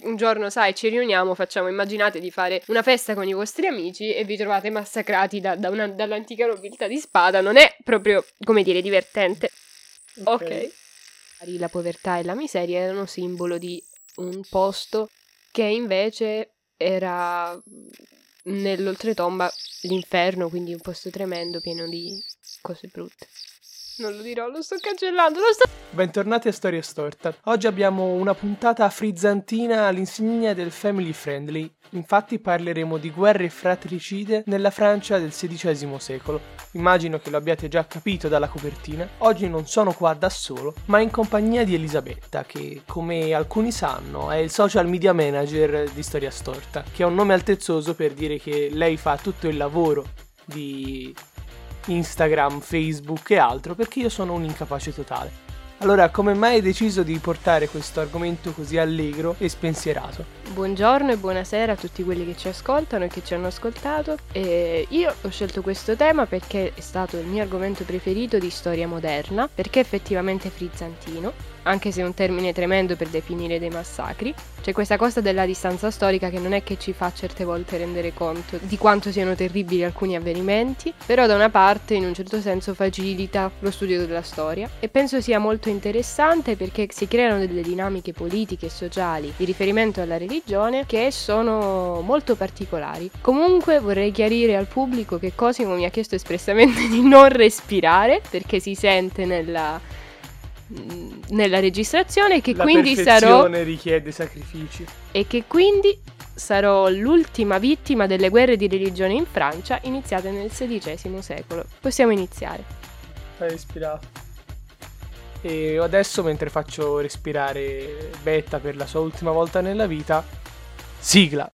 un giorno, sai, ci riuniamo, immaginate di fare una festa con i vostri amici e vi trovate massacrati dall'antica nobiltà di spada, non è proprio, come dire, divertente. Ok. La povertà e la miseria erano simbolo di un posto che invece era nell'oltretomba l'inferno, quindi un posto tremendo, pieno di cose brutte. Non lo dirò, lo sto cancellando, Bentornati a Storia Storta. Oggi abbiamo una puntata frizzantina all'insegna del family friendly. Infatti parleremo di guerre fratricide nella Francia del XVI secolo. Immagino che lo abbiate già capito dalla copertina. Oggi non sono qua da solo, ma in compagnia di Elisabetta, che, come alcuni sanno, è il social media manager di Storia Storta, che è un nome altezzoso per dire che lei fa tutto il lavoro di Instagram, Facebook e altro, perché io sono un incapace totale. Allora, come mai hai deciso di portare questo argomento così allegro e spensierato? Buongiorno e buonasera a tutti quelli che ci ascoltano e che ci hanno ascoltato. Io ho scelto questo tema perché è stato il mio argomento preferito di storia moderna, perché è effettivamente frizzantino, anche se è un termine tremendo per definire dei massacri. C'è questa cosa della distanza storica che non è che ci fa certe volte rendere conto di quanto siano terribili alcuni avvenimenti, però da una parte in un certo senso facilita lo studio della storia e penso sia molto interessante perché si creano delle dinamiche politiche e sociali di riferimento alla religione che sono molto particolari. Comunque vorrei chiarire al pubblico che Cosimo mi ha chiesto espressamente di non respirare perché si sente nella registrazione che La quindi perfezione richiede sacrifici. E che quindi sarò l'ultima vittima delle guerre di religione in Francia iniziate nel XVI secolo. Possiamo iniziare. Hai respirato. E adesso, mentre faccio respirare Betta per la sua ultima volta nella vita, sigla.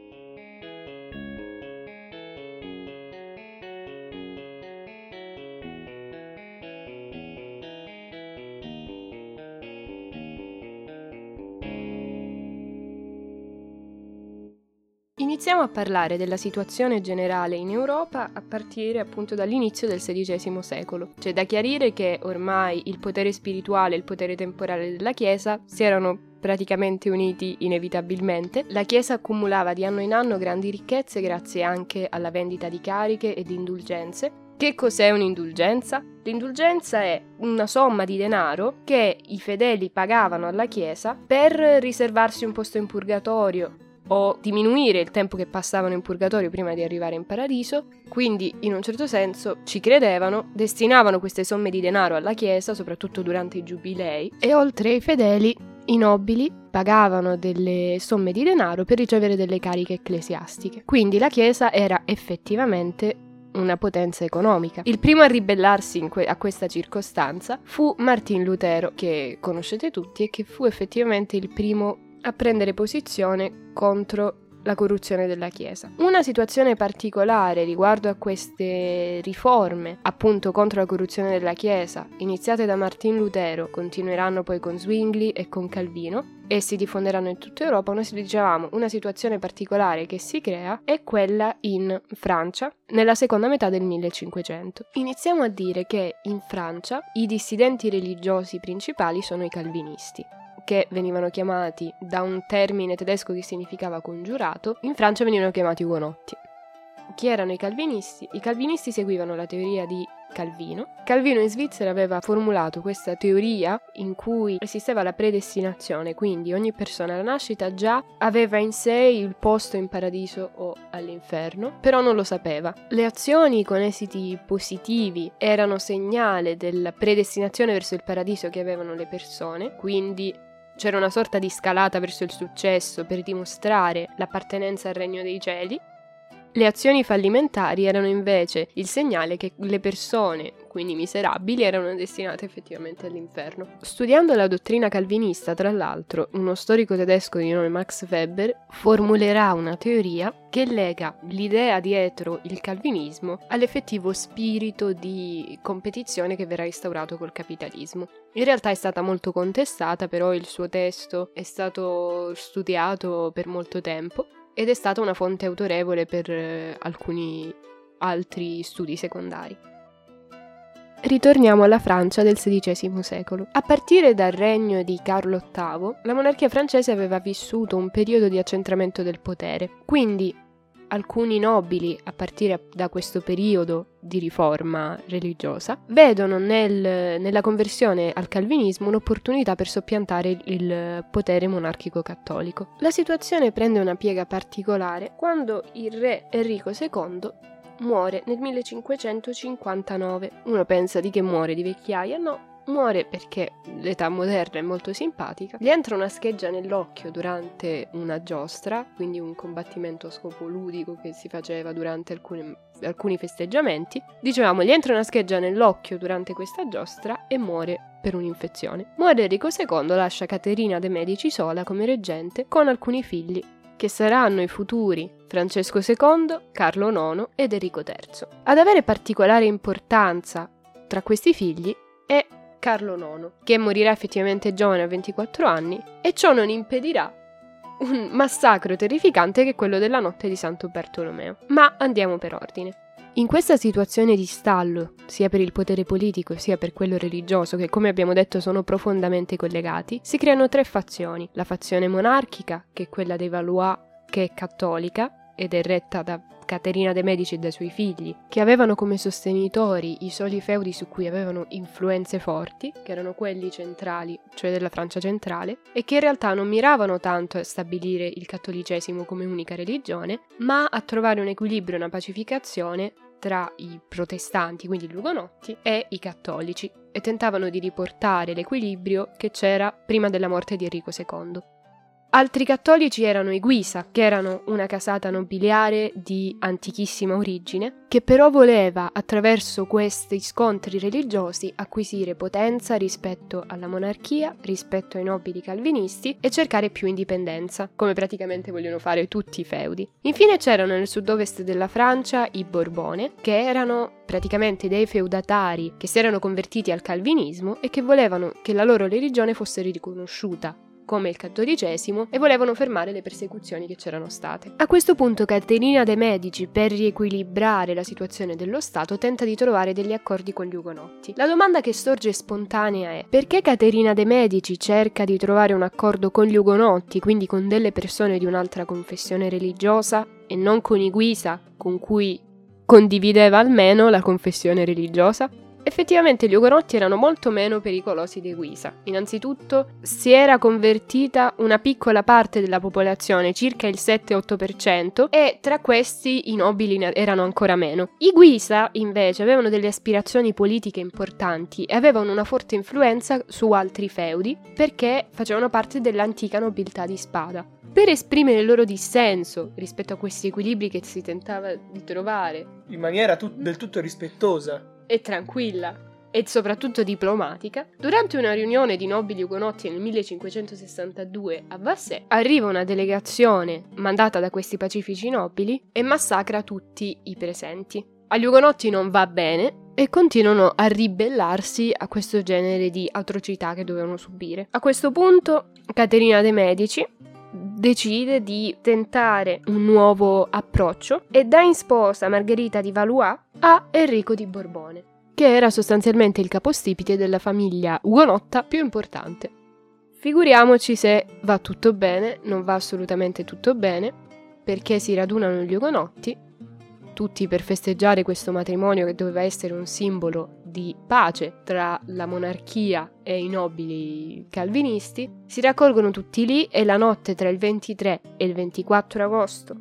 Iniziamo a parlare della situazione generale in Europa a partire appunto dall'inizio del XVI secolo. C'è da chiarire che ormai il potere spirituale e il potere temporale della Chiesa si erano praticamente uniti inevitabilmente. La Chiesa accumulava di anno in anno grandi ricchezze grazie anche alla vendita di cariche e di indulgenze. Che cos'è un'indulgenza? L'indulgenza è una somma di denaro che i fedeli pagavano alla Chiesa per riservarsi un posto in purgatorio o diminuire il tempo che passavano in purgatorio prima di arrivare in paradiso, quindi in un certo senso ci credevano, destinavano queste somme di denaro alla Chiesa, soprattutto durante i giubilei, e oltre ai fedeli, i nobili pagavano delle somme di denaro per ricevere delle cariche ecclesiastiche. Quindi la Chiesa era effettivamente una potenza economica. Il primo a ribellarsi a questa circostanza fu Martin Lutero, che conoscete tutti e che fu effettivamente il primo a prendere posizione contro la corruzione della Chiesa. Una situazione particolare riguardo a queste riforme, appunto contro la corruzione della Chiesa, iniziate da Martin Lutero, continueranno poi con Zwingli e con Calvino e si diffonderanno in tutta Europa. Una situazione particolare che si crea è quella in Francia nella seconda metà del 1500. Iniziamo a dire che in Francia i dissidenti religiosi principali sono i calvinisti, che venivano chiamati da un termine tedesco che significava congiurato, in Francia venivano chiamati ugonotti. Chi erano i calvinisti? I calvinisti seguivano la teoria di Calvino. Calvino in Svizzera aveva formulato questa teoria in cui esisteva la predestinazione, quindi ogni persona alla nascita già aveva in sé il posto in paradiso o all'inferno, però non lo sapeva. Le azioni con esiti positivi erano segnale della predestinazione verso il paradiso che avevano le persone, quindi c'era una sorta di scalata verso il successo per dimostrare l'appartenenza al regno dei cieli. Le azioni fallimentari erano invece il segnale che le persone, quindi miserabili, erano destinate effettivamente all'inferno. Studiando la dottrina calvinista, tra l'altro, uno storico tedesco di nome Max Weber formulerà una teoria che lega l'idea dietro il calvinismo all'effettivo spirito di competizione che verrà instaurato col capitalismo. In realtà è stata molto contestata, però il suo testo è stato studiato per molto tempo ed è stata una fonte autorevole per alcuni altri studi secondari. Ritorniamo alla Francia del XVI secolo. A partire dal regno di Carlo VIII, la monarchia francese aveva vissuto un periodo di accentramento del potere, quindi alcuni nobili, a partire da questo periodo di riforma religiosa, vedono nella conversione al calvinismo un'opportunità per soppiantare il potere monarchico cattolico. La situazione prende una piega particolare quando il re Enrico II muore nel 1559. Uno pensa di che muore di vecchiaia? No, muore perché l'età moderna è molto simpatica. Gli entra una scheggia nell'occhio durante una giostra, quindi un combattimento a scopo ludico che si faceva durante alcuni festeggiamenti. Dicevamo, gli entra una scheggia nell'occhio durante questa giostra e muore per un'infezione. Muore Enrico II, lascia Caterina de' Medici sola come reggente con alcuni figli, che saranno i futuri Francesco II, Carlo IX ed Enrico III. Ad avere particolare importanza tra questi figli è Carlo IX, che morirà effettivamente giovane a 24 anni, e ciò non impedirà un massacro terrificante che è quello della notte di Santo Bartolomeo. Ma andiamo per ordine. In questa situazione di stallo, sia per il potere politico sia per quello religioso, che come abbiamo detto sono profondamente collegati, si creano tre fazioni. La fazione monarchica, che è quella dei Valois, che è cattolica ed è retta da Caterina de' Medici e dai suoi figli, che avevano come sostenitori i soli feudi su cui avevano influenze forti, che erano quelli centrali, cioè della Francia centrale, e che in realtà non miravano tanto a stabilire il cattolicesimo come unica religione, ma a trovare un equilibrio e una pacificazione tra i protestanti, quindi gli ugonotti, e i cattolici, e tentavano di riportare l'equilibrio che c'era prima della morte di Enrico II. Altri cattolici erano i Guisa, che erano una casata nobiliare di antichissima origine, che però voleva, attraverso questi scontri religiosi, acquisire potenza rispetto alla monarchia, rispetto ai nobili calvinisti e cercare più indipendenza, come praticamente vogliono fare tutti i feudi. Infine c'erano nel sud-ovest della Francia i Borbone, che erano praticamente dei feudatari che si erano convertiti al calvinismo e che volevano che la loro religione fosse riconosciuta come il cattolicesimo e volevano fermare le persecuzioni che c'erano state. A questo punto Caterina de' Medici, per riequilibrare la situazione dello Stato, tenta di trovare degli accordi con gli ugonotti. La domanda che sorge spontanea è: perché Caterina de' Medici cerca di trovare un accordo con gli ugonotti, quindi con delle persone di un'altra confessione religiosa, e non con i Guisa, con cui condivideva almeno la confessione religiosa? Effettivamente gli ugonotti erano molto meno pericolosi dei Guisa. Innanzitutto si era convertita una piccola parte della popolazione, circa il 7-8%, e tra questi i nobili erano ancora meno. I Guisa invece avevano delle aspirazioni politiche importanti e avevano una forte influenza su altri feudi perché facevano parte dell'antica nobiltà di spada. Per esprimere il loro dissenso rispetto a questi equilibri che si tentava di trovare in maniera del tutto rispettosa e tranquilla e soprattutto diplomatica, durante una riunione di nobili ugonotti nel 1562 a Vassè arriva una delegazione mandata da questi pacifici nobili e massacra tutti i presenti. Agli ugonotti non va bene e continuano a ribellarsi a questo genere di atrocità che dovevano subire. A questo punto Caterina de' Medici decide di tentare un nuovo approccio e dà in sposa Margherita di Valois a Enrico di Borbone, che era sostanzialmente il capostipite della famiglia ugonotta più importante. Figuriamoci se va tutto bene. Non va assolutamente tutto bene, perché si radunano gli ugonotti, tutti per festeggiare questo matrimonio che doveva essere un simbolo di pace tra la monarchia e i nobili calvinisti. Si raccolgono tutti lì e la notte tra il 23 e il 24 agosto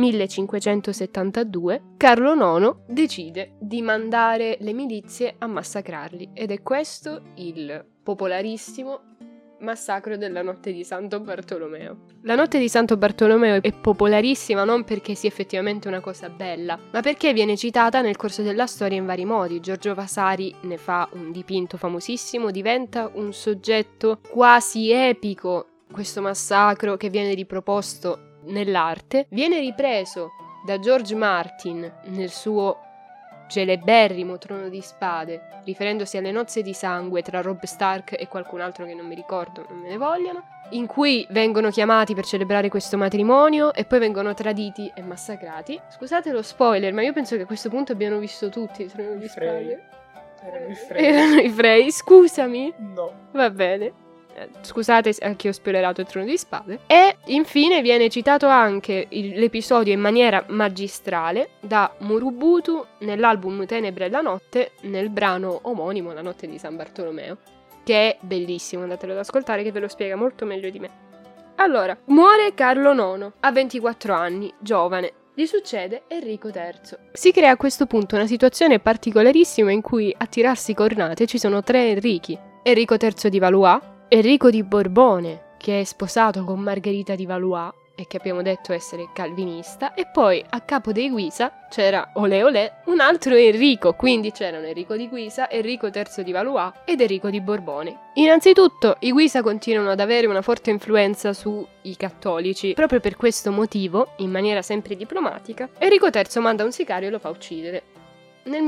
1572 Carlo IX decide di mandare le milizie a massacrarli, ed è questo il popolarissimo massacro della notte di Santo Bartolomeo. La notte di Santo Bartolomeo è popolarissima non perché sia effettivamente una cosa bella, ma perché viene citata nel corso della storia in vari modi. Giorgio Vasari ne fa un dipinto famosissimo, diventa un soggetto quasi epico questo massacro che viene riproposto nell'arte. Viene ripreso da George Martin nel suo celeberrimo Trono di Spade, riferendosi alle nozze di sangue tra Robb Stark e qualcun altro che non mi ricordo, non me ne vogliano, in cui vengono chiamati per celebrare questo matrimonio e poi vengono traditi e massacrati. Scusate lo spoiler, ma io penso che a questo punto abbiano visto tutti il Trono di Spade. Erano i Frey, scusami. No. Va bene. Scusate anche ho spoilerato il Trono di Spade. E infine viene citato anche l'episodio in maniera magistrale da Murubutu nell'album Tenebre e la notte, nel brano omonimo La notte di San Bartolomeo, che è bellissimo, andatelo ad ascoltare che ve lo spiega molto meglio di me. Allora, muore Carlo IX a 24 anni, giovane. Gli succede Enrico III. Si crea a questo punto una situazione particolarissima in cui a tirarsi cornate ci sono 3 Enrichi. Enrico III di Valois, Enrico di Borbone, che è sposato con Margherita di Valois e che abbiamo detto essere calvinista, e poi a capo dei Guisa c'era olè olè un altro Enrico, quindi c'erano Enrico di Guisa, Enrico III di Valois ed Enrico di Borbone. Innanzitutto i Guisa continuano ad avere una forte influenza sui cattolici, proprio per questo motivo, in maniera sempre diplomatica, Enrico III manda un sicario e lo fa uccidere nel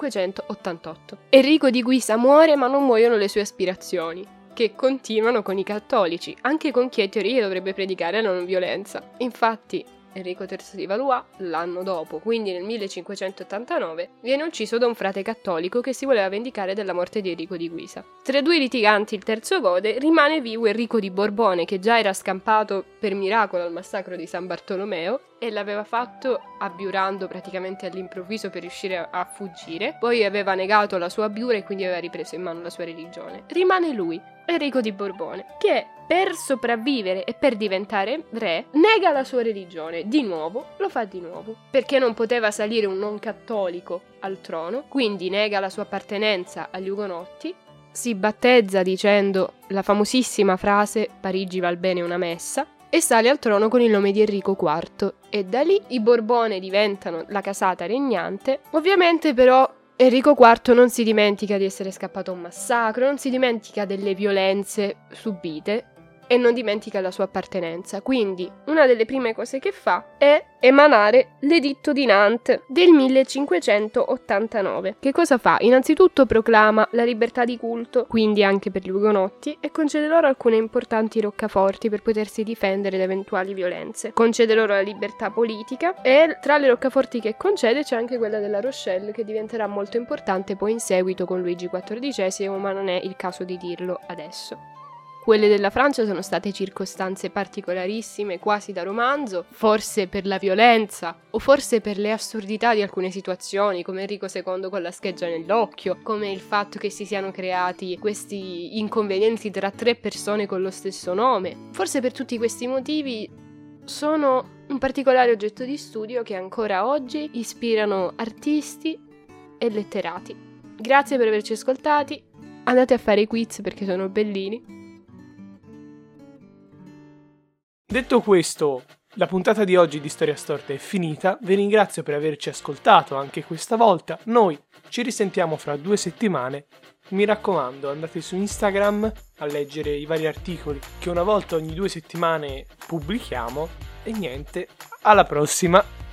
1588. Enrico di Guisa muore, ma non muoiono le sue aspirazioni, che continuano con i cattolici, anche con chi in teoria dovrebbe predicare la non violenza. Infatti Enrico III di Valois, l'anno dopo, quindi nel 1589, viene ucciso da un frate cattolico che si voleva vendicare della morte di Enrico di Guisa. Tra 2 litiganti il terzo gode, rimane vivo Enrico di Borbone, che già era scampato per miracolo al massacro di San Bartolomeo e l'aveva fatto abbiurando praticamente all'improvviso per riuscire a fuggire. Poi aveva negato la sua abbiura e quindi aveva ripreso in mano la sua religione. Rimane lui, Enrico di Borbone, che per sopravvivere e per diventare re nega la sua religione, di nuovo, lo fa di nuovo, perché non poteva salire un non cattolico al trono, quindi nega la sua appartenenza agli ugonotti, si battezza dicendo la famosissima frase Parigi val bene una messa e sale al trono con il nome di Enrico IV, e da lì i Borbone diventano la casata regnante. Ovviamente però Enrico IV non si dimentica di essere scappato a un massacro, non si dimentica delle violenze subite e non dimentica la sua appartenenza. Quindi una delle prime cose che fa è emanare l'Editto di Nantes del 1589. Che cosa fa? Innanzitutto proclama la libertà di culto, quindi anche per gli ugonotti, e concede loro alcune importanti roccaforti per potersi difendere da eventuali violenze. Concede loro la libertà politica e tra le roccaforti che concede c'è anche quella della Rochelle, che diventerà molto importante poi in seguito con Luigi XIV, ma non è il caso di dirlo adesso. Quelle della Francia sono state circostanze particolarissime, quasi da romanzo, forse per la violenza o forse per le assurdità di alcune situazioni, come Enrico II con la scheggia nell'occhio, come il fatto che si siano creati questi inconvenienti tra 3 persone con lo stesso nome. Forse per tutti questi motivi sono un particolare oggetto di studio che ancora oggi ispirano artisti e letterati. Grazie per averci ascoltati, andate a fare i quiz perché sono bellini. Detto questo, la puntata di oggi di Storia Storta è finita, vi ringrazio per averci ascoltato anche questa volta, noi ci risentiamo fra 2 settimane, mi raccomando andate su Instagram a leggere i vari articoli che una volta ogni 2 settimane pubblichiamo e niente, alla prossima!